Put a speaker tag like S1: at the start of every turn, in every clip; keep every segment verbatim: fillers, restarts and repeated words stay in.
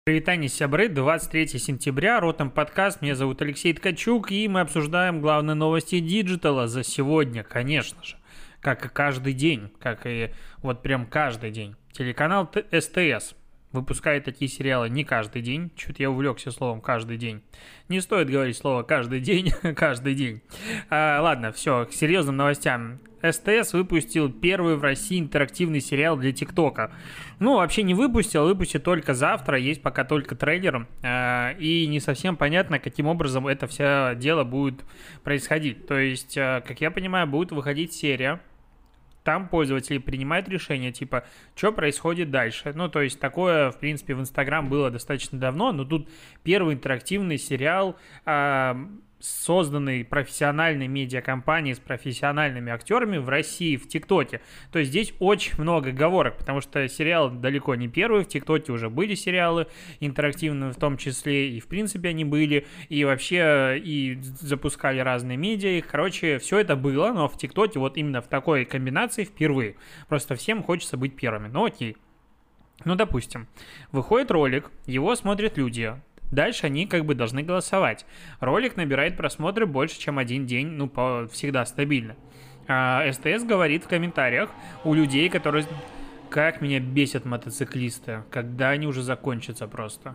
S1: Привитание, сябры, двадцать третьего сентября, Ротом подкаст, меня зовут Алексей Ткачук, и мы обсуждаем главные новости диджитала за сегодня, конечно же, как и каждый день, как и вот прям каждый день. Телеканал СТС выпускает такие сериалы не каждый день, чуть я увлекся словом «каждый день». Не стоит говорить слово «каждый день», каждый день. А, ладно, все, к серьезным новостям. СТС выпустил первый в России интерактивный сериал для ТикТока. Ну, вообще не выпустил, выпустит только завтра, есть пока только трейлер, э, и не совсем понятно, каким образом это все дело будет происходить. То есть, э, как я понимаю, будет выходить серия, там пользователи принимают решение, типа, что происходит дальше. Ну, то есть, такое, в принципе, в Инстаграм было достаточно давно, но тут первый интерактивный сериал, э, созданный профессиональной медиакомпанией с профессиональными актерами в России, в ТикТоке. То есть здесь очень много оговорок, потому что сериал далеко не первый, в ТикТоке уже были сериалы интерактивные в том числе, и в принципе они были, и вообще и запускали разные медиа, их, короче, все это было, но в ТикТоке вот именно в такой комбинации впервые. Просто всем хочется быть первыми, ну окей. Ну, допустим, выходит ролик, его смотрят люди. Дальше они как бы должны голосовать. Ролик набирает просмотры больше, чем один день, ну, по, всегда стабильно. А СТС говорит в комментариях у людей, которые... Как меня бесят мотоциклисты, когда они уже закончатся просто.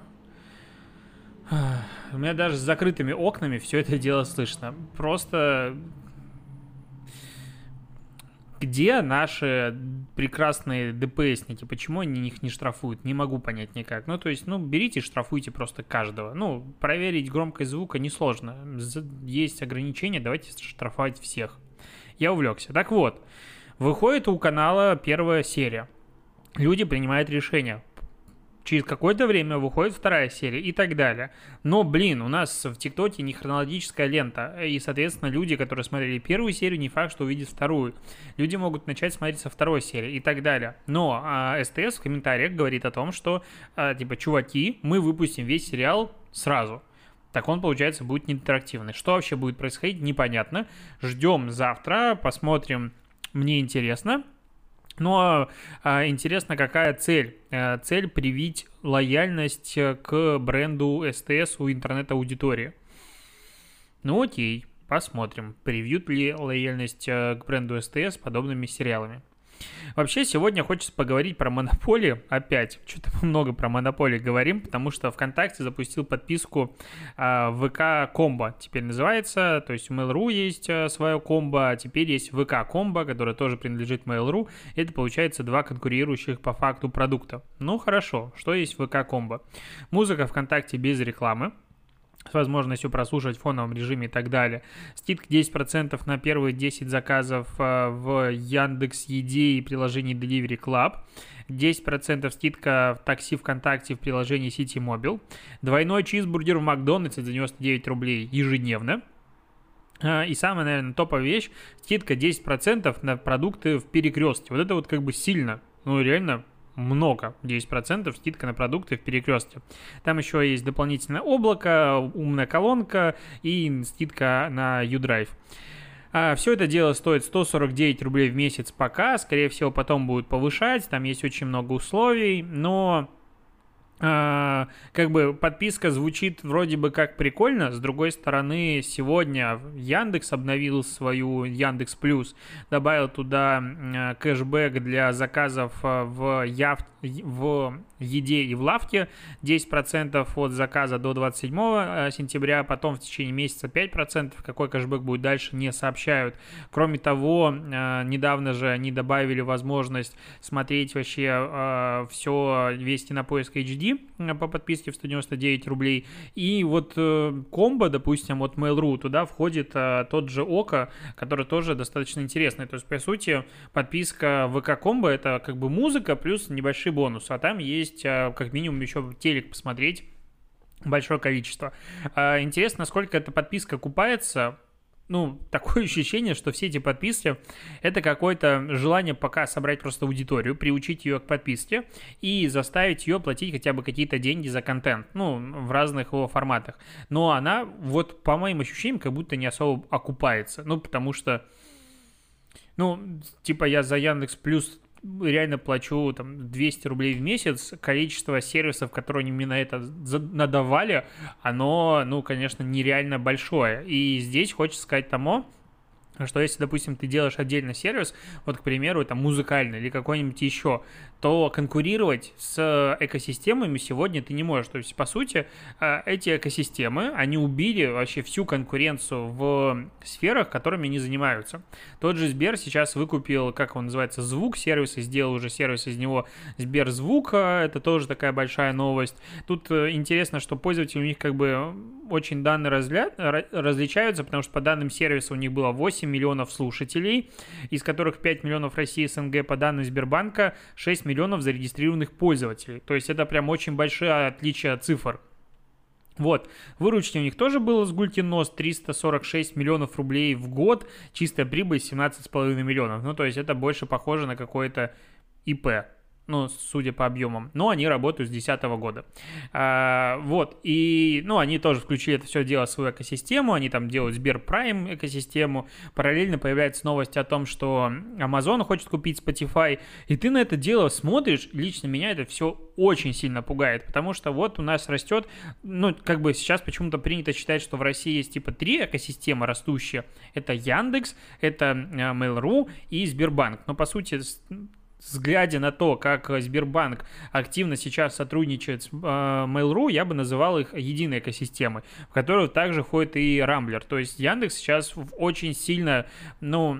S1: У меня даже с закрытыми окнами все это дело слышно. Просто... Где наши прекрасные ДПСники? Почему они их не штрафуют? Не могу понять никак. Ну, то есть, ну, берите и штрафуйте просто каждого. Ну, проверить громкость звука несложно. Есть ограничения, давайте штрафовать всех. Я увлекся. Так вот, выходит у канала первая серия. Люди принимают решение. Через какое-то время выходит вторая серия и так далее. Но, блин, у нас в ТикТоке не хронологическая лента. И, соответственно, люди, которые смотрели первую серию, не факт, что увидят вторую. Люди могут начать смотреть со второй серии и так далее. Но а, СТС в комментариях говорит о том, что, а, типа, чуваки, мы выпустим весь сериал сразу. Так он, получается, будет не интерактивный. Что вообще будет происходить, непонятно. Ждем завтра, посмотрим. Мне интересно. Но а, интересно, какая цель? А, цель привить лояльность к бренду СТС у интернет-аудитории. Ну окей, посмотрим, привьют ли лояльность к бренду СТС подобными сериалами. Вообще, сегодня хочется поговорить про монополию опять. Что-то много про монополию говорим, потому что ВКонтакте запустил подписку э, ВК Комбо, теперь называется. То есть у Mail.ru есть э, свое комбо, а теперь есть ВК Комбо, которое тоже принадлежит Mail.ru. Это, получается, два конкурирующих по факту продукта. Ну, хорошо. Что есть ВК Комбо? Музыка ВКонтакте без рекламы, с возможностью прослушать в фоновом режиме и так далее. Скидка десять процентов на первые десять заказов в Яндекс.Еде и приложении Delivery Club. десять процентов скидка в такси ВКонтакте в приложении Ситимобил. Двойной чизбургер в Макдональдсе за девяносто девять рублей ежедневно. И самая, наверное, топовая вещь, скидка десять процентов на продукты в Перекрестке. Вот это вот как бы сильно, ну реально много, десять процентов скидка на продукты в Перекрестке. Там еще есть дополнительное облако, умная колонка и скидка на U-Drive. А все это дело стоит сто сорок девять рублей в месяц пока, скорее всего потом будут повышать, там есть очень много условий, но... Uh, как бы подписка звучит вроде бы как прикольно, с другой стороны, сегодня Яндекс обновил свою Яндекс Плюс, добавил туда uh, кэшбэк для заказов uh, в, яв... в еде и в лавке, десять процентов от заказа до двадцать седьмого сентября, потом в течение месяца пять процентов, какой кэшбэк будет дальше, не сообщают. Кроме того, uh, недавно же они добавили возможность смотреть вообще uh, все весь Кинопоиск эйч ди по подписке в сто девяносто девять рублей. И вот э, комбо, допустим, от Mail.ru, туда входит э, тот же Око, который тоже достаточно интересный. То есть, по сути, подписка ВК Комбо — это как бы музыка плюс небольшой бонус. А там есть э, как минимум еще телек посмотреть, большое количество. Э, интересно, насколько эта подписка окупается. Ну, такое ощущение, что все эти подписки – это какое-то желание пока собрать просто аудиторию, приучить ее к подписке и заставить ее платить хотя бы какие-то деньги за контент, ну, в разных его форматах. Но она, вот по моим ощущениям, как будто не особо окупается. Ну, потому что, ну, типа я за Яндекс Плюс реально плачу там двести рублей в месяц, количество сервисов, которые они мне на это надавали, оно, ну, конечно, нереально большое. И здесь хочется сказать тому, что если, допустим, ты делаешь отдельно сервис, вот, к примеру, там, музыкальный или какой-нибудь еще, то конкурировать с экосистемами сегодня ты не можешь. То есть, по сути, эти экосистемы, они убили вообще всю конкуренцию в сферах, которыми они занимаются. Тот же Сбер сейчас выкупил, как он называется, Звук сервис, и сделал уже сервис из него Сберзвук, это тоже такая большая новость. Тут интересно, что пользователи у них как бы очень данные разля... различаются, потому что по данным сервиса у них было восемь миллионов слушателей, из которых пять миллионов России СНГ, по данным Сбербанка шесть миллионов зарегистрированных пользователей. То есть это прям очень большое отличие от цифр. Вот, выручки у них тоже было с гулькин нос, триста сорок шесть миллионов рублей в год, чистая прибыль семнадцать с половиной миллионов. Ну, то есть это больше похоже на какое-то ИП. Ну, судя по объемам. Но они работают с две тысячи десятого года. А, вот. И, ну, они тоже включили это все дело в свою экосистему. Они там делают Сберпрайм экосистему. Параллельно появляется новость о том, что Amazon хочет купить Spotify. И ты на это дело смотришь. Лично меня это все очень сильно пугает. Потому что вот у нас растет... Ну, как бы сейчас почему-то принято считать, что в России есть типа три экосистемы растущие. Это Яндекс, это Mail.ru и Сбербанк. Но, по сути... Взглядя на то, как Сбербанк активно сейчас сотрудничает с э, Mail.ru, я бы называл их единой экосистемой, в которую также входит и Рамблер. То есть Яндекс сейчас очень сильно, ну...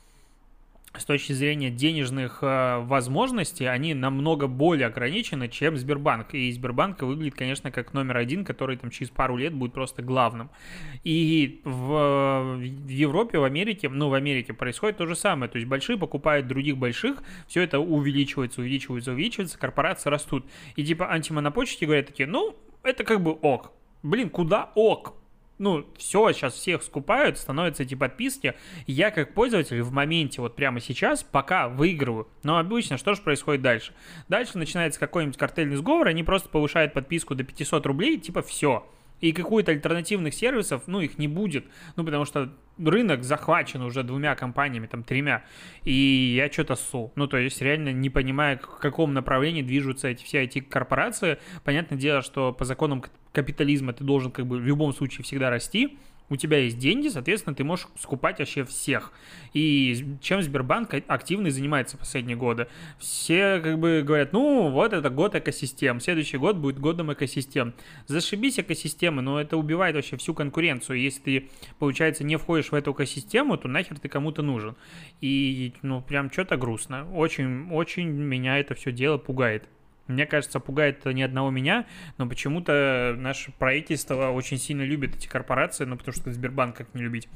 S1: с точки зрения денежных э, возможностей, они намного более ограничены, чем Сбербанк. И Сбербанк выглядит, конечно, как номер один, который там через пару лет будет просто главным. И в, в Европе, в Америке, ну, в Америке происходит то же самое. То есть большие покупают других больших, все это увеличивается, увеличивается, увеличивается, корпорации растут. И типа антимонопольщики говорят такие, ну, это как бы ок. Блин, куда ок? Ну, все, сейчас всех скупают, становятся эти подписки. Я, как пользователь, в моменте, вот прямо сейчас, пока выигрываю. Но обычно что же происходит дальше? Дальше начинается какой-нибудь картельный сговор, они просто повышают подписку до пятьсот рублей, типа все. И какую-то альтернативных сервисов, ну, их не будет. Ну, потому что рынок захвачен уже двумя компаниями, там, тремя. И я что-то ссу. Ну, то есть, реально не понимаю, в каком направлении движутся эти все эти корпорации. Понятное дело, что по законам капитализма ты должен, как бы, в любом случае всегда расти. У тебя есть деньги, соответственно, ты можешь скупать вообще всех. И чем Сбербанк активно занимается последние годы? Все как бы говорят, ну, вот это год экосистем, следующий год будет годом экосистем. Зашибись экосистемы, но это убивает вообще всю конкуренцию. Если ты, получается, не входишь в эту экосистему, то нахер ты кому-то нужен. И, ну, прям что-то грустно. Очень, очень меня это все дело пугает. Мне кажется, пугает ни одного меня, но почему-то наше правительство очень сильно любит эти корпорации, ну, потому что Сбербанк как не любить.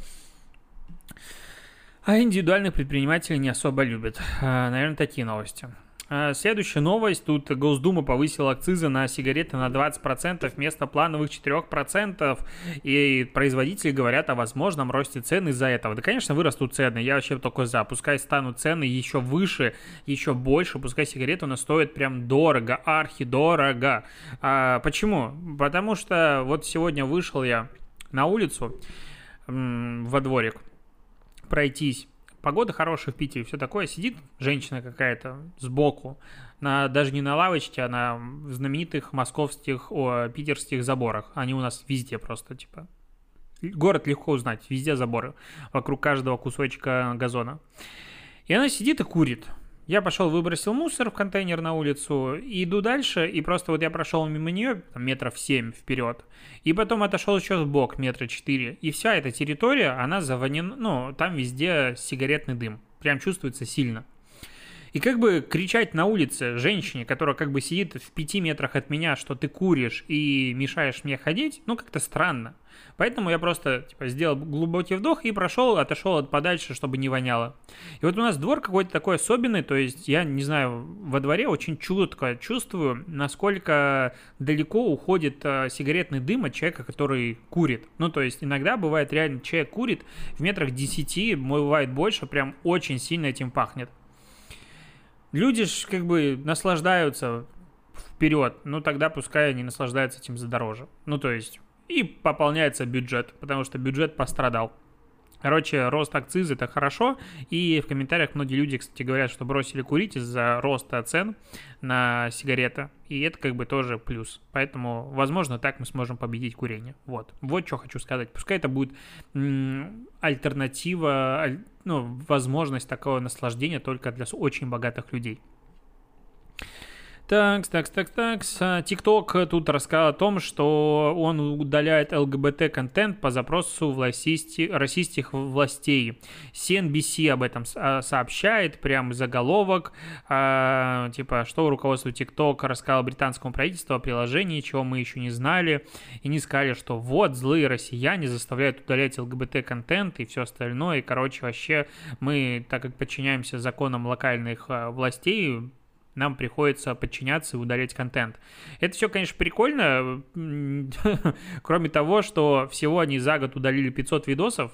S1: А индивидуальных предпринимателей не особо любят. Наверное, такие новости. Следующая новость. Тут Госдума повысила акцизы на сигареты на двадцать процентов вместо плановых четыре процента. И производители говорят о возможном росте цен из-за этого. Да, конечно, вырастут цены. Я вообще только за. Пускай станут цены еще выше, еще больше. Пускай сигареты у нас стоят прям дорого, архидорого. А почему? Потому что вот сегодня вышел я на улицу м- во дворик пройтись. Погода хорошая в Питере, все такое. Сидит женщина какая-то сбоку, на, даже не на лавочке, а на знаменитых московских, о, питерских заборах. Они у нас везде просто, типа. Город легко узнать, везде заборы. Вокруг каждого кусочка газона. И она сидит и курит. Я пошел, выбросил мусор в контейнер на улицу, и иду дальше, и просто вот я прошел мимо нее там, метров семь вперед, и потом отошел еще сбок метра четыре, и вся эта территория, она завонена, ну, там везде сигаретный дым, прям чувствуется сильно. И как бы кричать на улице женщине, которая как бы сидит в пяти метрах от меня, что ты куришь и мешаешь мне ходить, ну, как-то странно. Поэтому я просто типа, сделал глубокий вдох и прошел, отошел от подальше, чтобы не воняло. И вот у нас двор какой-то такой особенный, то есть я, не знаю, во дворе очень чутко чувствую, насколько далеко уходит э, сигаретный дым от человека, который курит. Ну, то есть иногда бывает реально, человек курит в метрах десяти, бывает больше, прям очень сильно этим пахнет. Люди ж как бы наслаждаются вперед, ну тогда пускай они наслаждаются этим задороже. Ну, то есть... И пополняется бюджет, потому что бюджет пострадал. Короче, рост акцизы — это хорошо, и в комментариях многие люди, кстати, говорят, что бросили курить из-за роста цен на сигареты, и это как бы тоже плюс. Поэтому, возможно, так мы сможем победить курение. Вот, вот что хочу сказать. Пускай это будет м- альтернатива, аль- ну, возможность такого наслаждения только для очень богатых людей. Так, так, так, так. ТикТок тут рассказал о том, что он удаляет ЛГБТ-контент по запросу власти, российских властей. си эн би си об этом сообщает, прям заголовок, а, типа, что руководство ТикТок рассказало британскому правительству о приложении, чего мы еще не знали, и не сказали, что вот, злые россияне заставляют удалять ЛГБТ-контент и все остальное, и, короче, вообще мы, так как подчиняемся законам локальных а, властей, нам приходится подчиняться и удалять контент. Это все, конечно, прикольно, кроме того, что всего они за год удалили пятьсот видосов,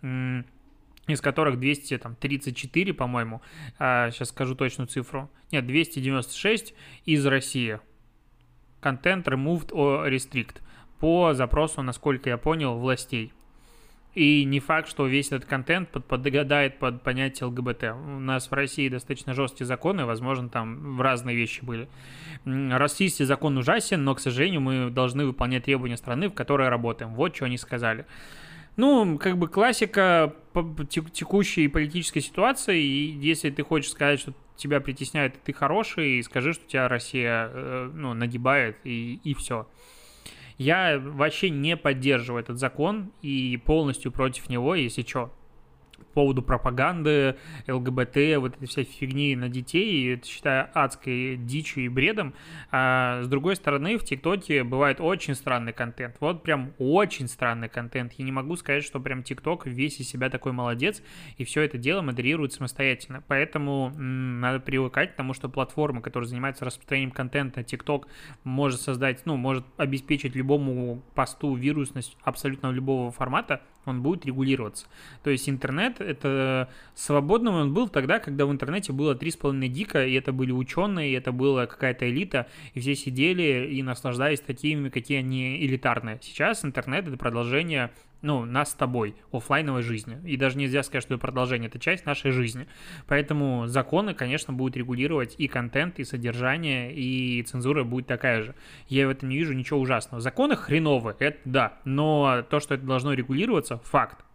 S1: из которых двести тридцать четыре, по-моему, а, сейчас скажу точную цифру, нет, двести девяносто шесть из России. Content removed or restrict по запросу, насколько я понял, властей. И не факт, что весь этот контент под, подгадает под понятие ЛГБТ. У нас в России достаточно жесткие законы, возможно, там разные вещи были. Российский закон ужасен, но, к сожалению, мы должны выполнять требования страны, в которой работаем. Вот что они сказали. Ну, как бы классика текущей политической ситуации, и если ты хочешь сказать, что тебя притесняют, ты хороший, скажи, что тебя Россия ну, нагибает, и, и все. Я вообще не поддерживаю этот закон и полностью против него, если что. По поводу пропаганды, ЛГБТ, вот этой всей фигни на детей, это считаю адской дичью и бредом. А с другой стороны, в ТикТоке бывает очень странный контент. Вот прям очень странный контент. Я не могу сказать, что прям ТикТок весь из себя такой молодец, и все это дело модерирует самостоятельно. Поэтому м- надо привыкать к тому, что платформа, которая занимается распространением контента, ТикТок, может создать, ну, может обеспечить любому посту вирусность абсолютно любого формата, он будет регулироваться. То есть интернет, это свободным он был тогда, когда в интернете было три с половиной гика, и это были ученые, и это была какая-то элита, и все сидели и наслаждались такими, какие они элитарные. Сейчас интернет — это продолжение, ну, нас с тобой, офлайновой жизни. И даже нельзя сказать, что это продолжение, это часть нашей жизни. Поэтому законы, конечно, будут регулировать и контент, и содержание, и цензура будет такая же. Я в этом не вижу ничего ужасного. Законы хреновые, это да, но то, что это должно регулироваться, факт.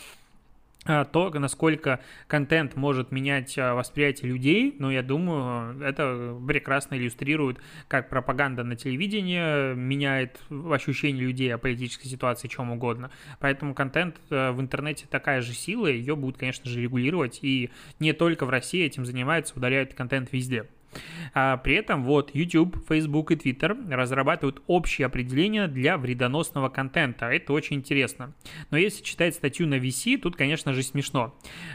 S1: То, насколько контент может менять восприятие людей, ну, я думаю, это прекрасно иллюстрирует, как пропаганда на телевидении меняет ощущение людей о политической ситуации, чем угодно. Поэтому контент в интернете такая же сила, ее будут, конечно же, регулировать, и не только в России этим занимаются, удаляют контент везде. А при этом вот YouTube, Facebook и Twitter разрабатывают общие определения для вредоносного контента. Это очень интересно. Но если читать статью на ви си, тут, конечно же, смешно.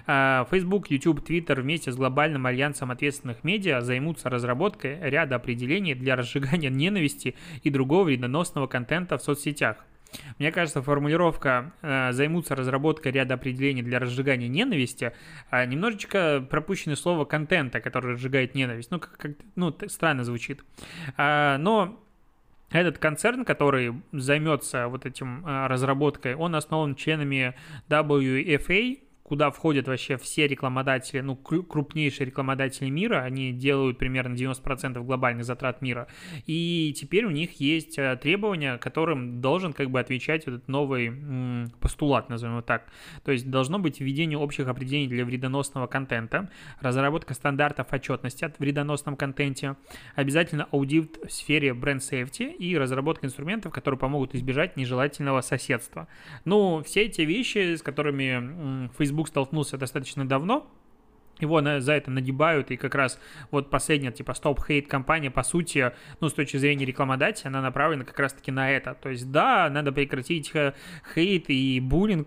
S1: А Facebook, YouTube, Twitter вместе с глобальным альянсом ответственных медиа займутся разработкой ряда определений для разжигания ненависти и другого вредоносного контента в соцсетях. Мне кажется, формулировка э, «займутся разработкой ряда определений для разжигания ненависти» э, немножечко пропущено слово «контента», который разжигает ненависть. Ну, как, как, ну странно звучит. А, но этот концерн, который займется вот этим э, разработкой, он основан членами дабл ю эф эй, куда входят вообще все рекламодатели, ну, крупнейшие рекламодатели мира, они делают примерно девяносто процентов глобальных затрат мира, и теперь у них есть требования, которым должен как бы отвечать этот новый м, постулат, назовем его так. То есть должно быть введение общих определений для вредоносного контента, разработка стандартов отчетности от вредоносном контенте, обязательно аудит в сфере бренд-сейфти и разработка инструментов, которые помогут избежать нежелательного соседства. Ну, все эти вещи, с которыми м, Facebook Facebook столкнулся достаточно давно, его на, за это нагибают, и как раз вот последняя, типа, Stop Hate кампания, по сути, ну, с точки зрения рекламодателя, она направлена как раз-таки на это. То есть, да, надо прекратить хейт и буллинг,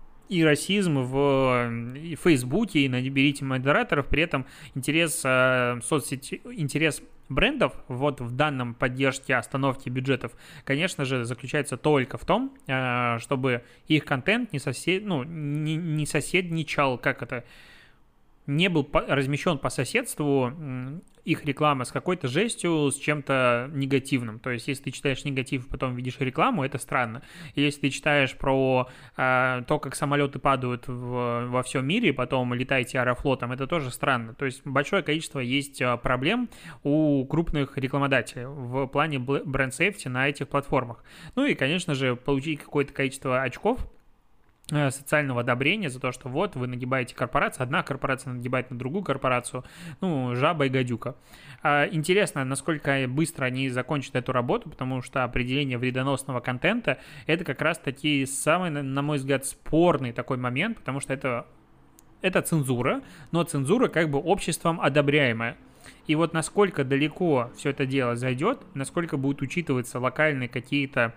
S1: и расизм в и Фейсбуке, и наберите модераторов, при этом интерес э, соцсети, интерес брендов вот в данном поддержке остановки бюджетов, конечно же, заключается только в том, э, чтобы их контент не, сосед, ну, не, не соседничал, как это, не был по- размещен по соседству их реклама с какой-то жестью, с чем-то негативным. То есть, если ты читаешь негатив, потом видишь рекламу, это странно. И если ты читаешь про э, то, как самолеты падают в, во всем мире, потом летаете аэрофлотом, это тоже странно. То есть, большое количество есть проблем у крупных рекламодателей в плане бренд-сейфти на этих платформах. Ну и, конечно же, получить какое-то количество очков социального одобрения за то, что вот вы нагибаете корпорацию, одна корпорация нагибает на другую корпорацию, ну, жаба и гадюка. Интересно, насколько быстро они закончат эту работу, потому что определение вредоносного контента – это как раз-таки самый, на мой взгляд, спорный такой момент, потому что это, это цензура, но цензура как бы обществом одобряемая. И вот насколько далеко все это дело зайдет, насколько будут учитываться локальные какие-то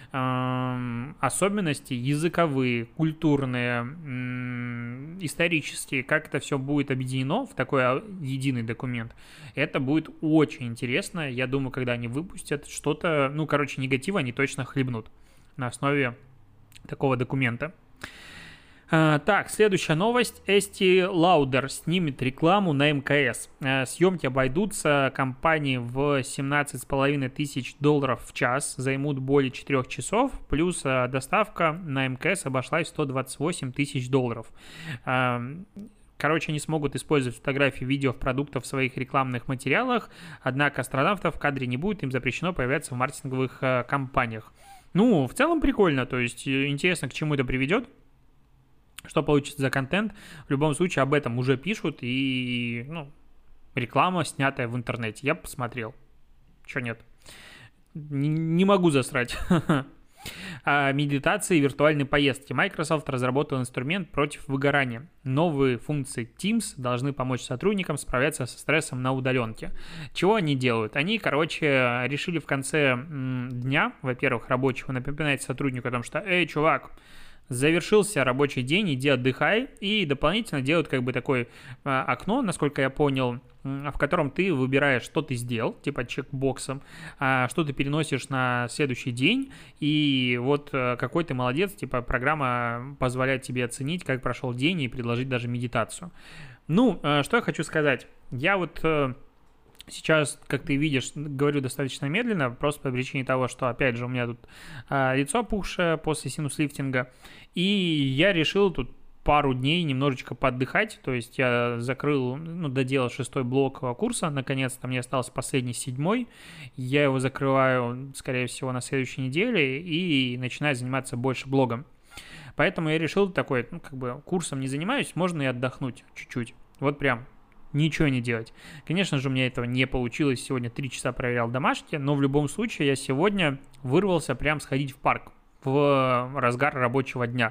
S1: э, особенности языковые, культурные, э, исторические, как это все будет объединено в такой единый документ, это будет очень интересно. Я думаю, когда они выпустят что-то, ну, короче, негатива они точно хлебнут на основе такого документа. Uh, так, следующая новость. Estee Lauder снимет рекламу на эм ка эс. Uh, съемки обойдутся компании в семнадцать с половиной тысяч долларов в час, займут более четырех часов, плюс uh, доставка на эм ка эс обошлась в сто двадцать восемь тысяч долларов. Uh, Короче, они смогут использовать фотографии, видео продуктов в своих рекламных материалах, однако астронавтов в кадре не будет, им запрещено появляться в маркетинговых uh, компаниях. Ну, в целом прикольно, то есть интересно, к чему это приведет. Что получится за контент, в любом случае об этом уже пишут, и ну, реклама, снятая в интернете. Я посмотрел. Чё нет? Не, не могу засрать. Медитации и виртуальные поездки. Microsoft разработал инструмент против выгорания. Новые функции Teams должны помочь сотрудникам справляться со стрессом на удаленке. Чего они делают? Они, короче, решили в конце дня, во-первых, рабочего, напоминать сотруднику о том, что «Эй, чувак, завершился рабочий день, иди отдыхай», и дополнительно делают как бы такое а, окно, насколько я понял, в котором ты выбираешь, что ты сделал, типа чекбоксом, а, что ты переносишь на следующий день, и вот а, какой ты молодец, типа программа позволяет тебе оценить, как прошел день, и предложить даже медитацию. Ну, а, что я хочу сказать. Я вот... Сейчас, как ты видишь, говорю достаточно медленно, просто по причине того, что, опять же, у меня тут а, лицо опухшее после синус-лифтинга, и я решил тут пару дней немножечко поотдыхать, то есть я закрыл, ну, доделал шестой блок курса, наконец-то мне остался последний, седьмой, я его закрываю, скорее всего, на следующей неделе и начинаю заниматься больше блогом. Поэтому я решил такой, ну, как бы курсом не занимаюсь, можно и отдохнуть чуть-чуть, вот прям. Ничего не делать. Конечно же, у меня этого не получилось. Сегодня три часа проверял домашки, но в любом случае я сегодня вырвался прям сходить в парк в разгар рабочего дня.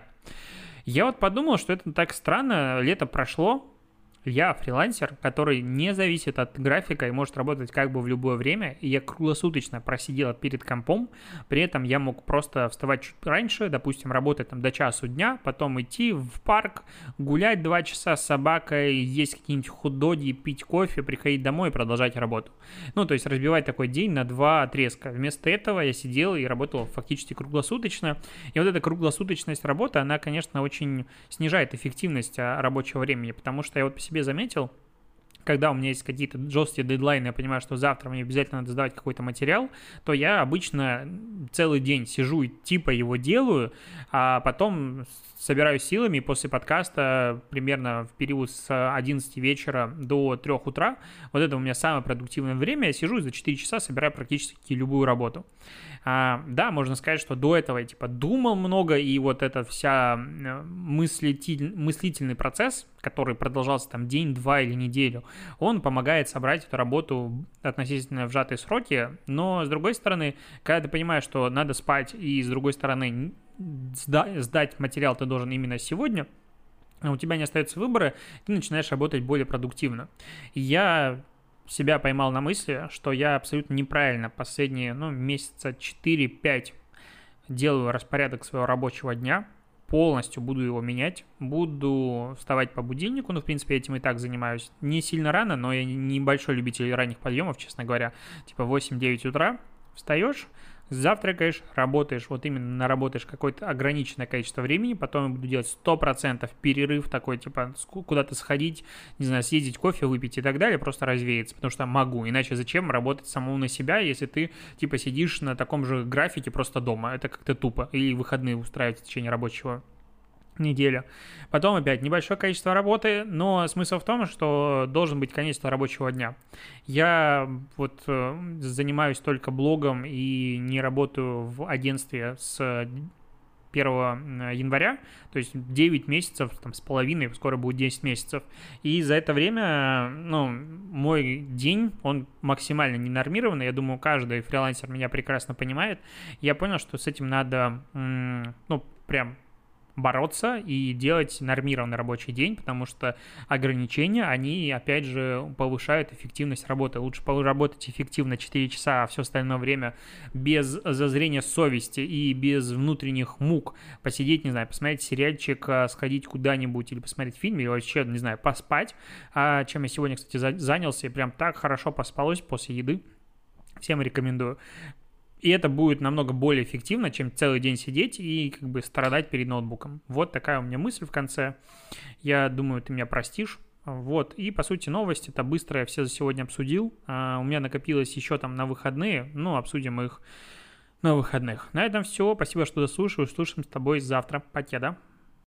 S1: Я вот подумал, что это так странно. Лето прошло. Я фрилансер, который не зависит от графика и может работать как бы в любое время, и я круглосуточно просидел перед компом, при этом я мог просто вставать чуть раньше, допустим, работать там до часу дня, потом идти в парк, гулять два часа с собакой, есть какие-нибудь хот-доги, пить кофе, приходить домой и продолжать работу. Ну, то есть разбивать такой день на два отрезка. Вместо этого я сидел и работал фактически круглосуточно, и вот эта круглосуточность работы, она, конечно, очень снижает эффективность рабочего времени, потому что я вот по себе заметил, когда у меня есть какие-то жесткие дедлайны, я понимаю, что завтра мне обязательно надо сдавать какой-то материал, то я обычно целый день сижу и типа его делаю, а потом собираюсь силами, и после подкаста примерно в период с одиннадцати вечера до трёх утра, вот это у меня самое продуктивное время, я сижу и за четыре часа собираю практически любую работу. А, да, можно сказать, что до этого я типа думал много, и вот эта вся мыслитель, мыслительный процесс, который продолжался там день, два или неделю, он помогает собрать эту работу относительно в сжатые сроки, но с другой стороны, когда ты понимаешь, что надо спать, и с другой стороны сда- сдать материал ты должен именно сегодня, у тебя не остается выбора, ты начинаешь работать более продуктивно. Я себя поймал на мысли, что я абсолютно неправильно последние, ну, месяца четыре-пять делаю распорядок своего рабочего дня, полностью буду его менять, буду вставать по будильнику, ну, в принципе, этим и так занимаюсь. Не сильно рано, но я небольшой любитель ранних подъемов, честно говоря, типа восемь-девять утра. Встаешь, завтракаешь, работаешь, вот именно наработаешь какое-то ограниченное количество времени, потом я буду делать сто процентов перерыв такой, типа куда-то сходить, не знаю, съездить кофе выпить и так далее, просто развеяться, потому что могу, иначе зачем работать самому на себя, если ты, типа, сидишь на таком же графике просто дома, это как-то тупо, или выходные устраивать в течение рабочего неделя. Потом опять небольшое количество работы, но смысл в том, что должен быть конец рабочего дня. Я вот э, занимаюсь только блогом и не работаю в агентстве с первого января, то есть девять месяцев, там, с половиной, скоро будет десять месяцев. И за это время, ну, мой день, он максимально ненормированный. Я думаю, каждый фрилансер меня прекрасно понимает. Я понял, что с этим надо, ну, прям бороться и делать нормированный рабочий день, потому что ограничения, они, опять же, повышают эффективность работы. Лучше работать эффективно четыре часа, а все остальное время без зазрения совести и без внутренних мук посидеть, не знаю, посмотреть сериальчик, сходить куда-нибудь или посмотреть фильм, или вообще, не знаю, поспать, а чем я сегодня, кстати, занялся, и прям так хорошо поспалось после еды. Всем рекомендую. И это будет намного более эффективно, чем целый день сидеть и как бы страдать перед ноутбуком. Вот такая у меня мысль в конце. Я думаю, ты меня простишь. Вот, и по сути новость, это быстро я все за сегодня обсудил. А, у меня накопилось еще там на выходные, ну, обсудим их на выходных. На этом все. Спасибо, что дослушал. Услышим с тобой завтра. Покеда.